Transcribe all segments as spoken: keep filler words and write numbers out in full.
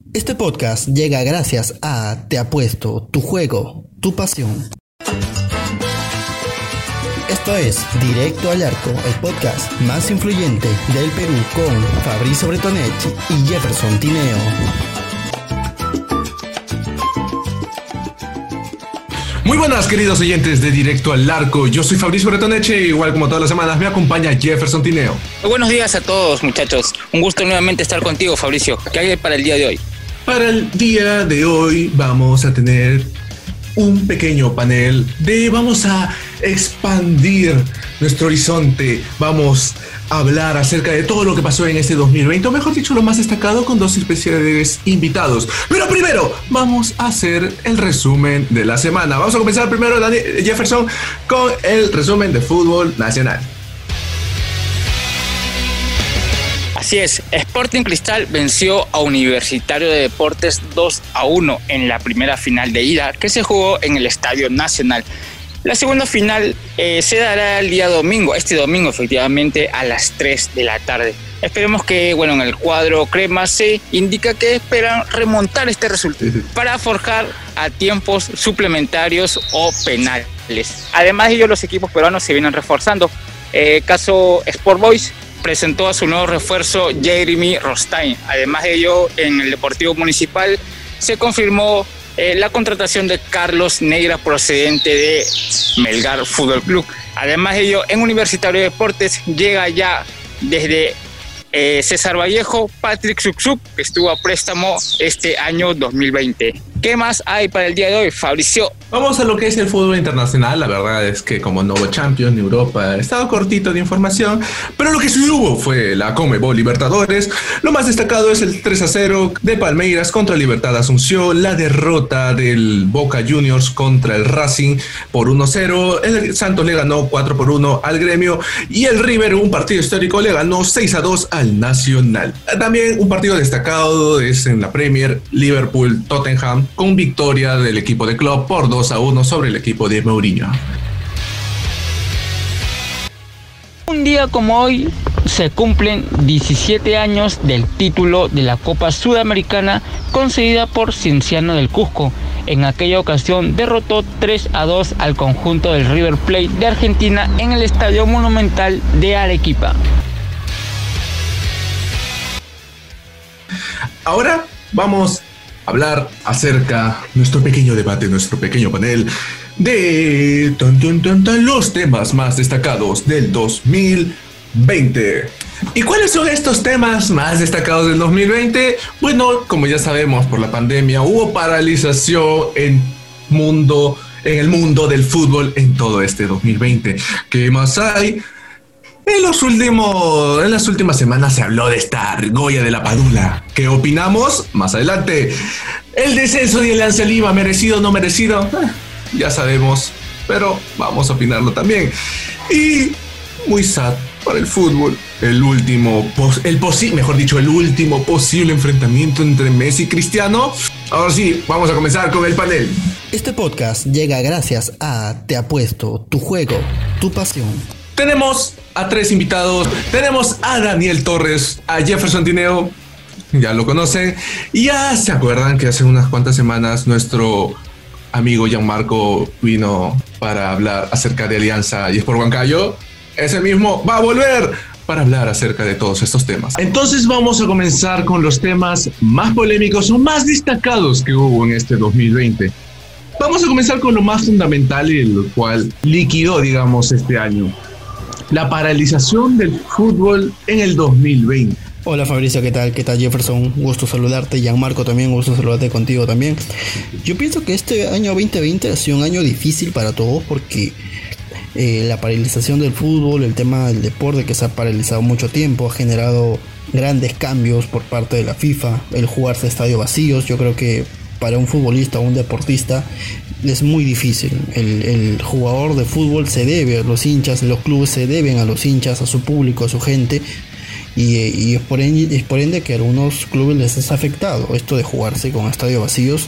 Este podcast llega gracias a Te Apuesto, tu juego, tu pasión. Esto es Directo al Arco, el podcast más influyente del Perú con Fabrizio Bretonecci y Jefferson Tineo. Muy buenas, queridos oyentes de Directo al Arco. Yo soy Fabrizio Bretonecci, igual como todas las semanas me acompaña Jefferson Tineo. Muy buenos días a todos, muchachos. Un gusto nuevamente estar contigo, Fabricio. ¿Qué hay para el día de hoy? Para el día de hoy vamos a tener un pequeño panel de vamos a expandir nuestro horizonte, vamos a hablar acerca de todo lo que pasó en este dos mil veinte, o mejor dicho, lo más destacado con dos especiales invitados. Pero primero vamos a hacer el resumen de la semana. Vamos a comenzar primero, Daniel, Jefferson, con el resumen de fútbol nacional. Así es, Sporting Cristal venció a Universitario de Deportes dos a uno en la primera final de ida que se jugó en el Estadio Nacional. La segunda final eh, se dará el día domingo, este domingo efectivamente a las tres de la tarde. Esperemos que, bueno, en el cuadro crema se indica que esperan remontar este resultado para forjar a tiempos suplementarios o penales. Además de ello, los equipos peruanos se vienen reforzando. Eh, caso Sport Boys presentó a su nuevo refuerzo Jeremy Rostain. Además de ello, en el Deportivo Municipal se confirmó eh, la contratación de Carlos Negra procedente de Melgar Fútbol Club. Además de ello, en Universitario de Deportes llega ya desde eh, César Vallejo Patrick Suksuk, que estuvo a préstamo este año dos mil veinte. ¿Qué más hay para el día de hoy, Fabricio? Vamos a lo que es el fútbol internacional. La verdad es que como no hubo Champions ni Europa, he estado cortito de información, pero lo que sí hubo fue la Conmebol Libertadores. Lo más destacado es el tres a cero de Palmeiras contra Libertad Asunción, la derrota del Boca Juniors contra el Racing por uno a cero, el Santos le ganó cuatro por uno al Gremio y el River, un partido histórico, le ganó seis a dos al Nacional. También un partido destacado es en la Premier, Liverpool-Tottenham, con victoria del equipo de Klopp por dos a uno sobre el equipo de Mourinho. Un día como hoy se cumplen diecisiete años del título de la Copa Sudamericana concedida por Cienciano del Cusco. En aquella ocasión derrotó tres a dos al conjunto del River Plate de Argentina en el Estadio Monumental de Arequipa. Ahora vamos hablar acerca de nuestro pequeño debate, nuestro pequeño panel de tan, tan, tan, tan, los temas más destacados del dos mil veinte. ¿Y cuáles son estos temas más destacados del dos mil veinte? Bueno, como ya sabemos, por la pandemia hubo paralización en mundo, en el mundo del fútbol en todo este dos mil veinte. ¿Qué más hay? En, los últimos, en las últimas semanas se habló de esta argolla de la Padula. ¿Qué opinamos? Más adelante. El descenso de Alianza Lima, ¿merecido o no merecido? Eh, ya sabemos, pero vamos a opinarlo también. Y muy sad para el fútbol. El último, el posi- mejor dicho, el último posible enfrentamiento entre Messi y Cristiano. Ahora sí, vamos a comenzar con el panel. Este podcast llega gracias a Te Apuesto, tu juego, tu pasión. Tenemos a tres invitados. Tenemos a Daniel Torres, a Jefferson Tineo, ya lo conocen. Y ya se acuerdan que hace unas cuantas semanas nuestro amigo Gianmarco vino para hablar acerca de Alianza y Sport Huancayo. Ese mismo va a volver para hablar acerca de todos estos temas. Entonces vamos a comenzar con los temas más polémicos o más destacados que hubo en este dos mil veinte. Vamos a comenzar con lo más fundamental y lo cual liquidó, digamos, este año. La paralización del fútbol en el dos mil veinte. Hola Fabricio, ¿qué tal? ¿Qué tal Jefferson? Gusto saludarte. Gianmarco también, gusto saludarte contigo también. Yo pienso que este año veinte veinte ha sido un año difícil para todos porque eh, la paralización del fútbol, el tema del deporte que se ha paralizado mucho tiempo, ha generado grandes cambios por parte de la FIFA, el jugarse a estadios vacíos. Yo creo que para un futbolista o un deportista es muy difícil. El, el jugador de fútbol se debe a los hinchas, los clubes se deben a los hinchas, a su público, a su gente, y, y es, por ende, es por ende que a algunos clubes les ha afectado esto de jugarse con estadios vacíos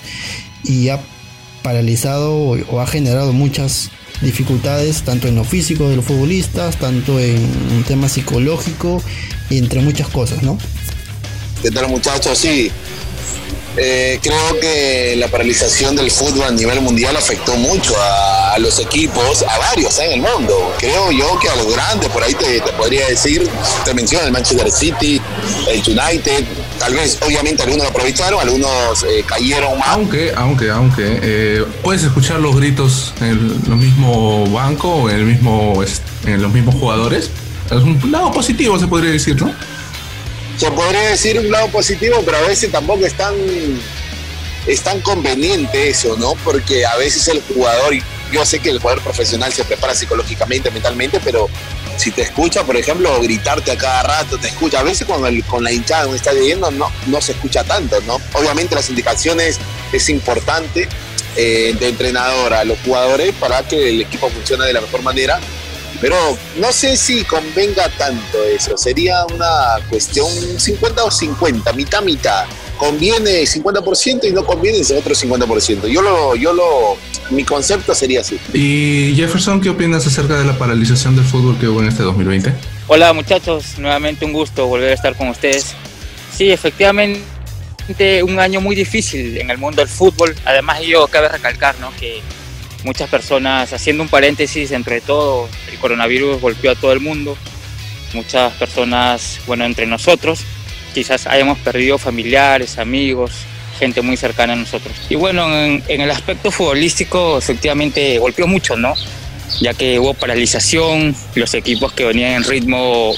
y ha paralizado o, o ha generado muchas dificultades tanto en lo físico de los futbolistas, tanto en un tema psicológico y entre muchas cosas, ¿no? ¿Qué tal, muchachos? Sí, Eh, creo que la paralización del fútbol a nivel mundial afectó mucho a, a los equipos, a varios ¿eh? en el mundo. Creo yo que a los grandes, por ahí te, te podría decir, te menciono el Manchester City, el United, tal vez, obviamente algunos lo aprovecharon, algunos eh, cayeron más. Aunque, aunque, aunque, eh, puedes escuchar los gritos en el mismo banco, en, el mismo, en los mismos jugadores. Es un lado positivo, se podría decir, ¿no? Se podría decir un lado positivo, pero a veces tampoco es tan, es tan conveniente eso, ¿no? Porque a veces el jugador, yo sé que el jugador profesional se prepara psicológicamente, mentalmente, pero si te escucha, por ejemplo, gritarte a cada rato, te escucha. A veces con, el, con la hinchada donde está viviendo no, no se escucha tanto, ¿no? Obviamente las indicaciones es importante eh, de entrenador a los jugadores para que el equipo funcione de la mejor manera. Pero no sé si convenga tanto eso. Sería una cuestión cincuenta o cincuenta, mitad, mitad. Conviene cincuenta por ciento y no conviene ese otro cincuenta por ciento. Yo lo, yo lo, mi concepto sería así. Y Jefferson, ¿qué opinas acerca de la paralización del fútbol que hubo en este dos mil veinte? Hola muchachos, nuevamente un gusto volver a estar con ustedes. Sí, efectivamente un año muy difícil en el mundo del fútbol. Además yo cabe recalcar, ¿no?, que muchas personas, haciendo un paréntesis, entre todo, el coronavirus golpeó a todo el mundo. Muchas personas, bueno, entre nosotros, quizás hayamos perdido familiares, amigos, gente muy cercana a nosotros. Y bueno, en, en el aspecto futbolístico, efectivamente golpeó mucho, ¿no? Ya que hubo paralización, los equipos que venían en ritmo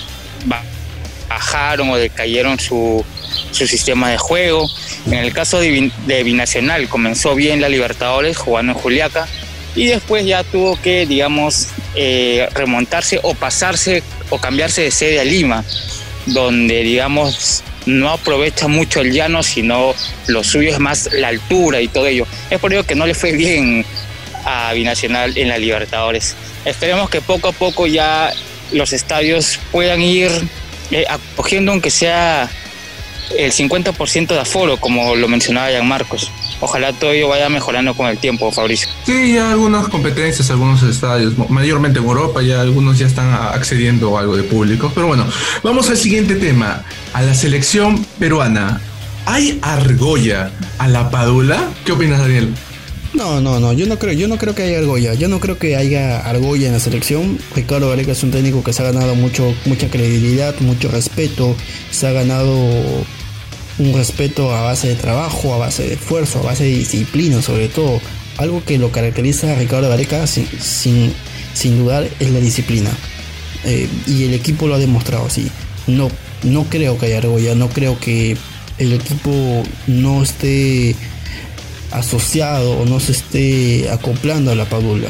bajaron o decayeron su, su sistema de juego. En el caso de, de Binacional, comenzó bien la Libertadores jugando en Juliaca, y después ya tuvo que, digamos, eh, remontarse o pasarse o cambiarse de sede a Lima, donde, digamos, no aprovecha mucho el llano, sino lo suyo es más la altura y todo ello. Es por ello que no le fue bien a Binacional en la Libertadores. Esperemos que poco a poco ya los estadios puedan ir eh, acogiendo, aunque sea el cincuenta por ciento de aforo, como lo mencionaba Gianmarcos. Ojalá todo ello vaya mejorando con el tiempo, Fabricio. Sí, ya algunas competencias, algunos estadios, mayormente en Europa, ya algunos ya están accediendo a algo de público. Pero bueno, vamos al siguiente tema, a la selección peruana. ¿Hay argolla a la Padula? ¿Qué opinas, Daniel? No, no, no, yo no creo, yo no creo que haya argolla, yo no creo que haya argolla en la selección. Ricardo Gareca es un técnico que se ha ganado mucho, mucha credibilidad, mucho respeto, se ha ganado un respeto a base de trabajo, a base de esfuerzo, a base de disciplina, sobre todo. Algo que lo caracteriza a Ricardo Gareca sin, sin, sin dudar es la disciplina, eh, y el equipo lo ha demostrado así. No, no creo que haya argolla, no creo que el equipo no esté asociado o no se esté acoplando a la Padula.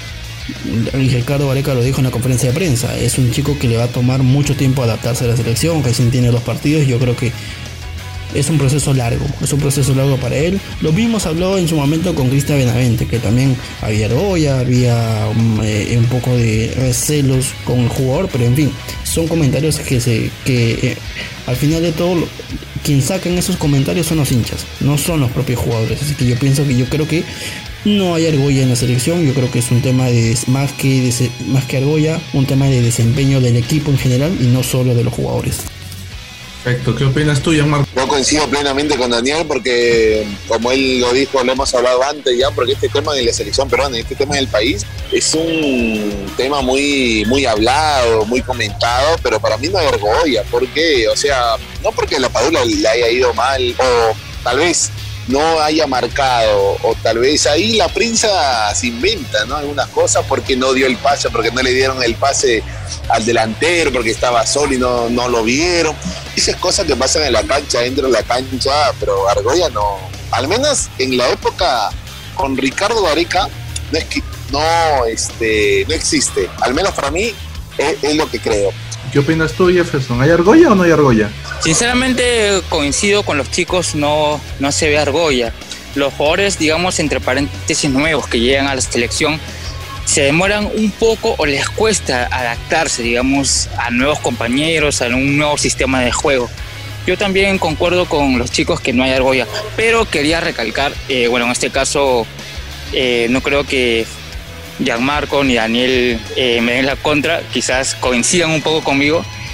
Ricardo Gareca lo dijo en la conferencia de prensa, es un chico que le va a tomar mucho tiempo adaptarse a la selección, recién tiene dos partidos. Yo creo que es un proceso largo, es un proceso largo para él. Lo mismo se habló en su momento con Cristian Benavente, que también había argolla, había um, eh, un poco de recelos con el jugador, pero en fin, son comentarios que se que eh, al final de todo, quien sacan esos comentarios son los hinchas, no son los propios jugadores. Así que yo pienso que yo creo que no hay argolla en la selección. Yo creo que es un tema de más que de, más que argolla, un tema de desempeño del equipo en general y no solo de los jugadores. Perfecto, ¿qué opinas tú, Gianmarco? Yo coincido plenamente con Daniel porque, como él lo dijo, lo hemos hablado antes ya, porque este tema de la selección peruana, este tema del país, es un tema muy, muy hablado, muy comentado, pero para mí no hay argolla. ¿Por qué? O sea, no porque la Padula le haya ido mal, o tal vez no haya marcado, o tal vez ahí la prensa se inventa, ¿no?, algunas cosas, porque no dio el pase, porque no le dieron el pase al delantero, porque estaba solo y no, no lo vieron. Esas cosas que pasan en la cancha, dentro de la cancha, pero argolla no. Al menos en la época con Ricardo Gareca no es que no, este, no existe. Al menos para mí es, es lo que creo. ¿Qué opinas tú, Jefferson? ¿Hay argolla o no hay argolla? Sinceramente coincido con los chicos, no, no se ve argolla. Los jugadores, digamos, entre paréntesis, nuevos que llegan a la selección, se demoran un poco o les cuesta adaptarse, digamos, a nuevos compañeros, a un nuevo sistema de juego. Yo también concuerdo con los chicos que no hay argolla, pero quería recalcar, eh, bueno, en este caso eh, no creo que Gianmarco ni Daniel eh, me den la contra, quizás coincidan un poco conmigo,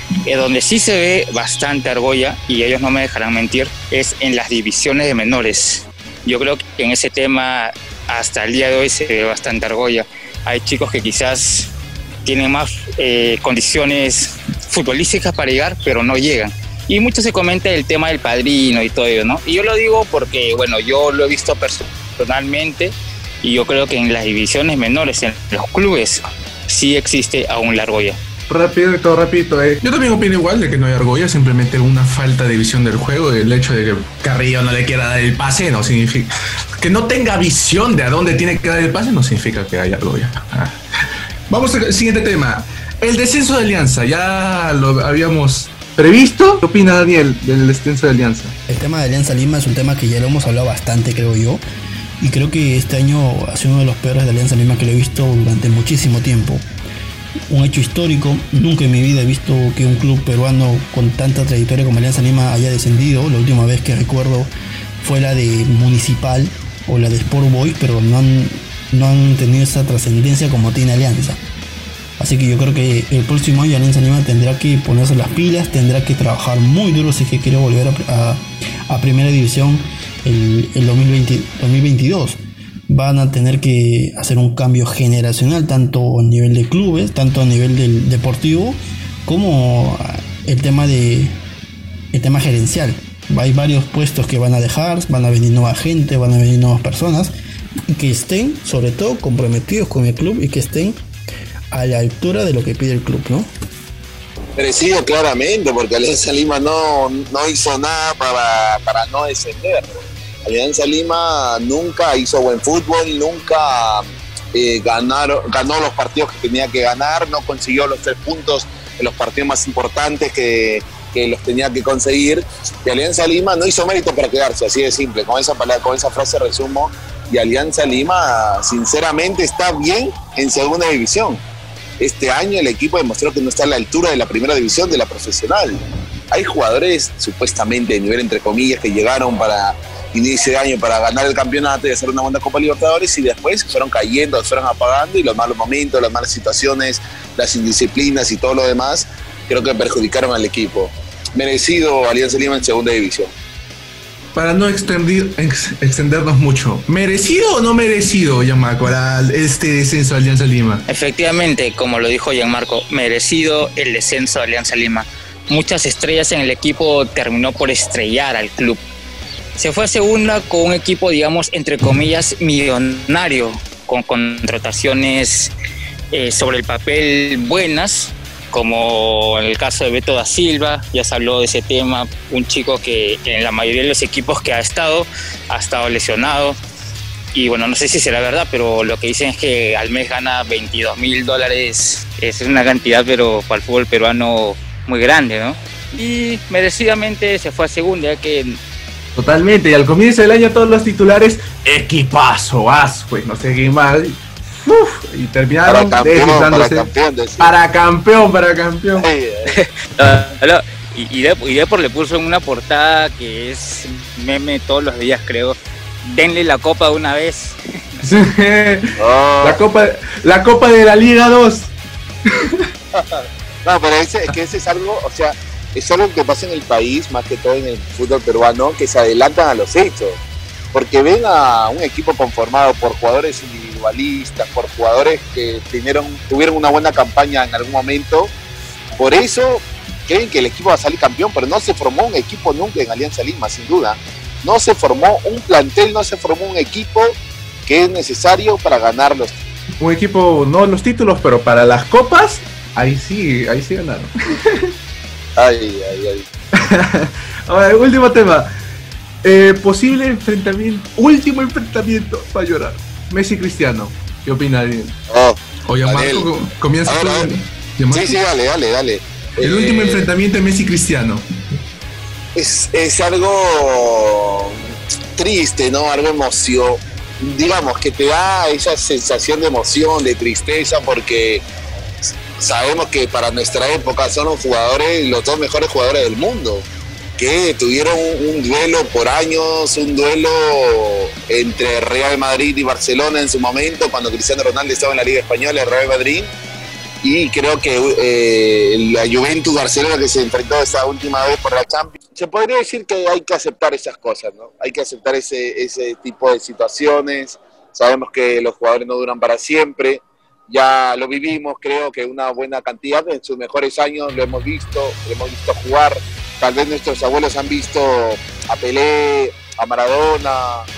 Eh, donde sí se ve bastante argolla, y ellos no me dejarán mentir, es en las divisiones de menores. Yo creo que en ese tema hasta el día de hoy se ve bastante argolla. Hay chicos que quizás tienen más eh, condiciones futbolísticas para llegar, pero no llegan. Y mucho se comenta el tema del padrino y todo ello, ¿no? Y yo lo digo porque, bueno, yo lo he visto personalmente, y yo creo que en las divisiones menores, en los clubes, sí existe aún la argolla. Rapidito, rapidito. Eh. Yo también opino igual de que no hay argolla, simplemente una falta de visión del juego. El hecho de que Carrillo no le quiera dar el pase no significa... Que no tenga visión de a dónde tiene que dar el pase no significa que haya argolla. Ah. Vamos al siguiente tema. El descenso de Alianza, ya lo habíamos previsto. ¿Qué opina Daniel del descenso de Alianza? El tema de Alianza Lima es un tema que ya lo hemos hablado bastante, creo yo. Y creo que este año ha sido uno de los peores de Alianza Lima que lo he visto durante muchísimo tiempo. Un hecho histórico, nunca en mi vida he visto que un club peruano con tanta trayectoria como Alianza Lima haya descendido. La última vez que recuerdo fue la de Municipal o la de Sport Boys, pero no han, no han tenido esa trascendencia como tiene Alianza. Así que yo creo que el próximo año Alianza Lima tendrá que ponerse las pilas, tendrá que trabajar muy duro si es que quiere volver a, a, a Primera División el, el dos mil veinte, dos mil veintidós. Van a tener que hacer un cambio generacional, tanto a nivel de clubes, tanto a nivel del deportivo, como el tema de el tema gerencial. Hay varios puestos que van a dejar, van a venir nueva gente, van a venir nuevas personas, y que estén sobre todo comprometidos con el club y que estén a la altura de lo que pide el club, ¿no? Merecido claramente, porque Alianza Lima no, no hizo nada para, para no descender. Alianza Lima nunca hizo buen fútbol, nunca eh, ganaron, ganó los partidos que tenía que ganar, no consiguió los tres puntos en los partidos más importantes que, que los tenía que conseguir. Y Alianza Lima no hizo mérito para quedarse, así de simple. Con esa, palabra, con esa frase resumo. Y Alianza Lima, sinceramente, está bien en segunda división. Este año el equipo demostró que no está a la altura de la primera división de la profesional. Hay jugadores supuestamente de nivel entre comillas que llegaron para inicio de año para ganar el campeonato y hacer una buena Copa Libertadores, y después fueron cayendo, fueron apagando, y los malos momentos, las malas situaciones, las indisciplinas y todo lo demás creo que perjudicaron al equipo. Merecido Alianza Lima en segunda división. Para no extendir, ex, extendernos mucho, ¿merecido o no merecido, Gianmarco, este descenso de Alianza Lima? Efectivamente, como lo dijo Gianmarco, merecido el descenso de Alianza Lima. Muchas estrellas en el equipo terminó por estrellar al club. Se fue a segunda con un equipo, digamos, entre comillas, millonario, con contrataciones eh, sobre el papel buenas, como en el caso de Beto da Silva. Ya se habló de ese tema, un chico que en la mayoría de los equipos que ha estado, ha estado lesionado. Y bueno, no sé si será verdad, pero lo que dicen es que al mes gana veintidós mil dólares. Es una cantidad, pero para el fútbol peruano muy grande, ¿no? Y merecidamente se fue a segunda, ya que... Totalmente, y al comienzo del año todos los titulares, equipazo, as, pues no sé qué más. Uf, y terminaron para campeón, para campeón, para campeón, para campeón. y, y, de, y Depor le puso en una portada que es meme todos los días, creo. Denle la copa de una vez. Sí. Oh. La copa, la copa de la Liga dos. No, pero ese, es que ese es algo, o sea, es algo que pasa en el país, más que todo en el fútbol peruano, que se adelantan a los hechos. Porque ven a un equipo conformado por jugadores individualistas, por jugadores que tuvieron, tuvieron una buena campaña en algún momento. Por eso creen que el equipo va a salir campeón, pero no se formó un equipo nunca en Alianza Lima, sin duda. No se formó un plantel, no se formó un equipo que es necesario para ganar los títulos. Un equipo, no los títulos, pero para las copas, ahí sí, ahí sí ganaron. Ay, ay, ay. Ahora, último tema. Eh, posible enfrentamiento, último enfrentamiento para llorar. Messi Cristiano. ¿Qué opina de él? Oh, Oye, Marco, comienza tú. Sí, sí, dale, dale, dale. El eh, último enfrentamiento de Messi Cristiano. Es, es algo triste, ¿no? Algo emoción. Digamos que te da esa sensación de emoción, de tristeza, porque sabemos que para nuestra época son los jugadores, los dos mejores jugadores del mundo, que tuvieron un duelo por años, un duelo entre Real Madrid y Barcelona en su momento, cuando Cristiano Ronaldo estaba en la Liga Española, el Real Madrid, y creo que eh, la Juventus Barcelona que se enfrentó esa última vez por la Champions, se podría decir que hay que aceptar esas cosas, ¿no? Hay que aceptar ese, ese tipo de situaciones. Sabemos que los jugadores no duran para siempre, ya lo vivimos, creo que una buena cantidad, en sus mejores años lo hemos visto, lo hemos visto jugar, tal vez nuestros abuelos han visto a Pelé, a Maradona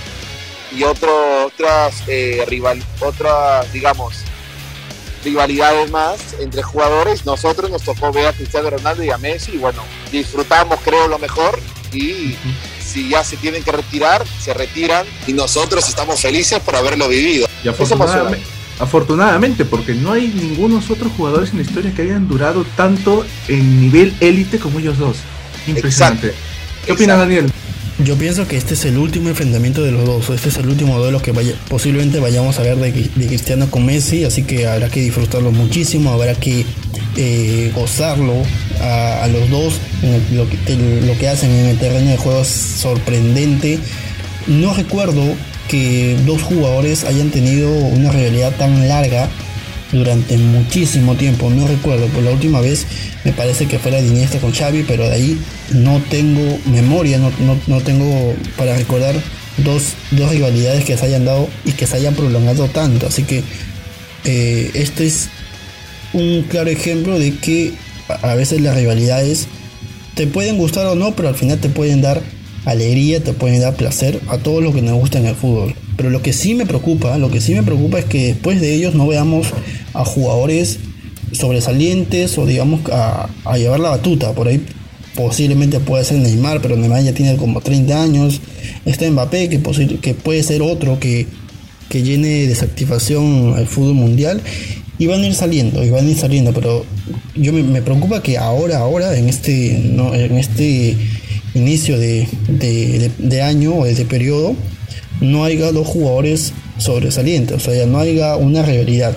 y otro, otras, eh, rival, otras, digamos, rivalidades más entre jugadores. Nosotros nos tocó ver a Cristiano Ronaldo y a Messi y bueno, disfrutamos creo lo mejor y si ya se tienen que retirar, se retiran y nosotros estamos felices por haberlo vivido. Y afortunadamente, afortunadamente, porque no hay ningunos otros jugadores en la historia que hayan durado tanto en nivel élite como ellos dos. Impresionante. Exacto. ¿Qué opina Daniel? Yo pienso que este es el último enfrentamiento de los dos. Este es el último duelo que vaya, posiblemente vayamos a ver de, de Cristiano con Messi, así que habrá que disfrutarlo muchísimo, habrá que eh, gozarlo a, a los dos. Lo que, lo que hacen en el terreno de juego es sorprendente. No recuerdo que dos jugadores hayan tenido una rivalidad tan larga durante muchísimo tiempo. No recuerdo, por la última vez me parece que fue la de Iniesta con Xavi, pero de ahí no tengo memoria, no, no, no tengo para recordar dos, dos rivalidades que se hayan dado y que se hayan prolongado tanto. Así que eh, este es un claro ejemplo de que a veces las rivalidades te pueden gustar o no, pero al final te pueden dar alegría, te pueden dar placer a todos los que nos gusta en el fútbol. Pero lo que sí me preocupa, lo que sí me preocupa es que después de ellos no veamos a jugadores sobresalientes o digamos a, a llevar la batuta. Por ahí posiblemente puede ser Neymar, pero Neymar ya tiene como treinta años. Está Mbappé, que, posi- que puede ser otro que, que llene de satisfacción al fútbol mundial. Y van a ir saliendo, y van a ir saliendo, pero yo me, me preocupa que ahora, ahora, en este, no, en este inicio de, de, de, de año o de, de periodo, no haya dos jugadores sobresalientes, o sea, ya no haya una rivalidad.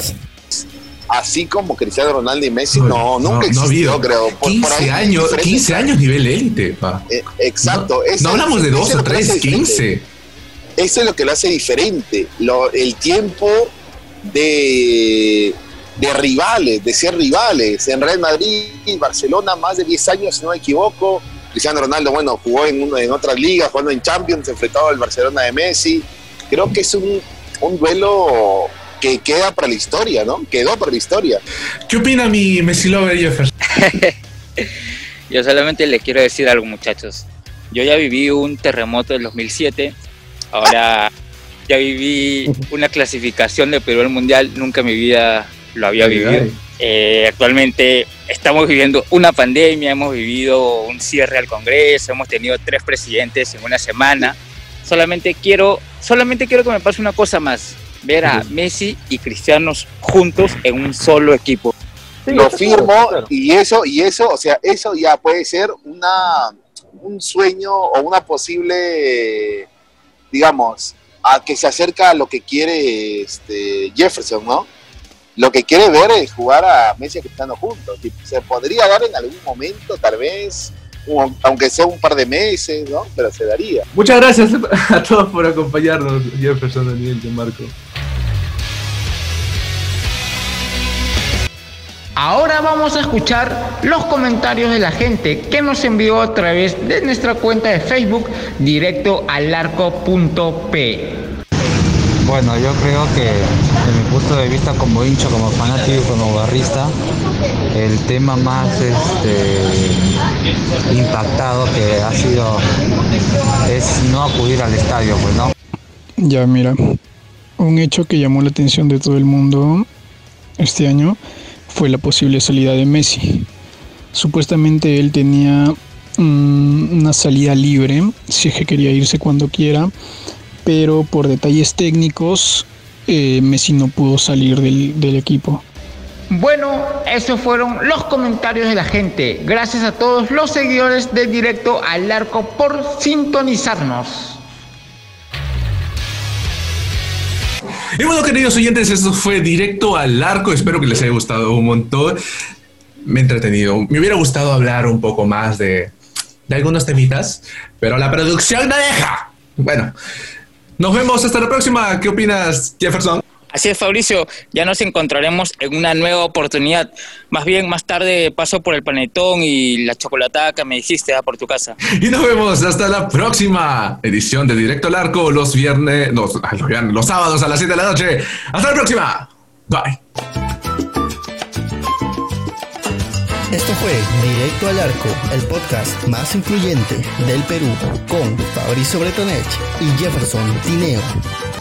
Así como Cristiano Ronaldo y Messi, no, no nunca no, existió, no creo. Por, quince, por años, quince años nivel élite, pa. Eh, exacto. No, ese, no hablamos de dos o tres, quince. Eso es lo que lo hace diferente. Lo, el tiempo de, de rivales, de ser rivales. En Real Madrid y Barcelona, más de diez años, si no me equivoco. Cristiano Ronaldo, bueno, jugó en, uno, en otras ligas, jugando en Champions, enfrentado al Barcelona de Messi. Creo que es un, un duelo que queda para la historia, ¿no? Quedó para la historia. ¿Qué opina mi Messi lover Jefferson? Yo solamente les quiero decir algo, muchachos. Yo ya viví un terremoto del dos mil siete, ahora ya viví una clasificación de Perú al Mundial, nunca en mi vida lo había ay, vivido. Ay. Eh, actualmente estamos viviendo una pandemia, hemos vivido un cierre al Congreso, hemos tenido tres presidentes en una semana. Solamente quiero, solamente quiero que me pase una cosa más, ver a Messi y Cristiano juntos en un solo equipo. Sí, lo firmo, claro, claro. y eso, y eso, o sea, eso ya puede ser una, un sueño o una posible, digamos, a que se acerca a lo que quiere este Jefferson, ¿no? Lo que quiere ver es jugar a Messi y Cristiano juntos. Se podría dar en algún momento, tal vez, aunque sea un par de meses, ¿no? Pero se daría. Muchas gracias a todos por acompañarnos, Jefferson, Daniel y Marco. Ahora vamos a escuchar los comentarios de la gente que nos envió a través de nuestra cuenta de Facebook, directo al arco punto p. Bueno, yo creo que desde mi punto de vista como hincha, como fanático, como barrista, el tema más este, impactado que ha sido es no acudir al estadio, pues, ¿no? Ya, mira, un hecho que llamó la atención de todo el mundo este año fue la posible salida de Messi. Supuestamente él tenía um, una salida libre, si es que quería irse cuando quiera, pero por detalles técnicos eh, Messi no pudo salir del, del equipo. Bueno, esos fueron los comentarios de la gente. Gracias a todos los seguidores de Directo al Arco por sintonizarnos. Y bueno, queridos oyentes, esto fue Directo al Arco. Espero que les haya gustado un montón. Me he entretenido. Me hubiera gustado hablar un poco más de, de algunos temitas, pero la producción no deja. Bueno, nos vemos hasta la próxima. ¿Qué opinas, Jefferson? Así es, Fabricio, ya nos encontraremos en una nueva oportunidad. Más bien, más tarde paso por el panetón y la chocolatada que me dijiste ah, por tu casa. Y nos vemos hasta la próxima edición de Directo al Arco, los viernes, los, los, viernes, los sábados a las siete de la noche. Hasta la próxima. Bye. Esto fue Directo al Arco, el podcast más influyente del Perú, con Fabricio Bretonech y Jefferson Tineo.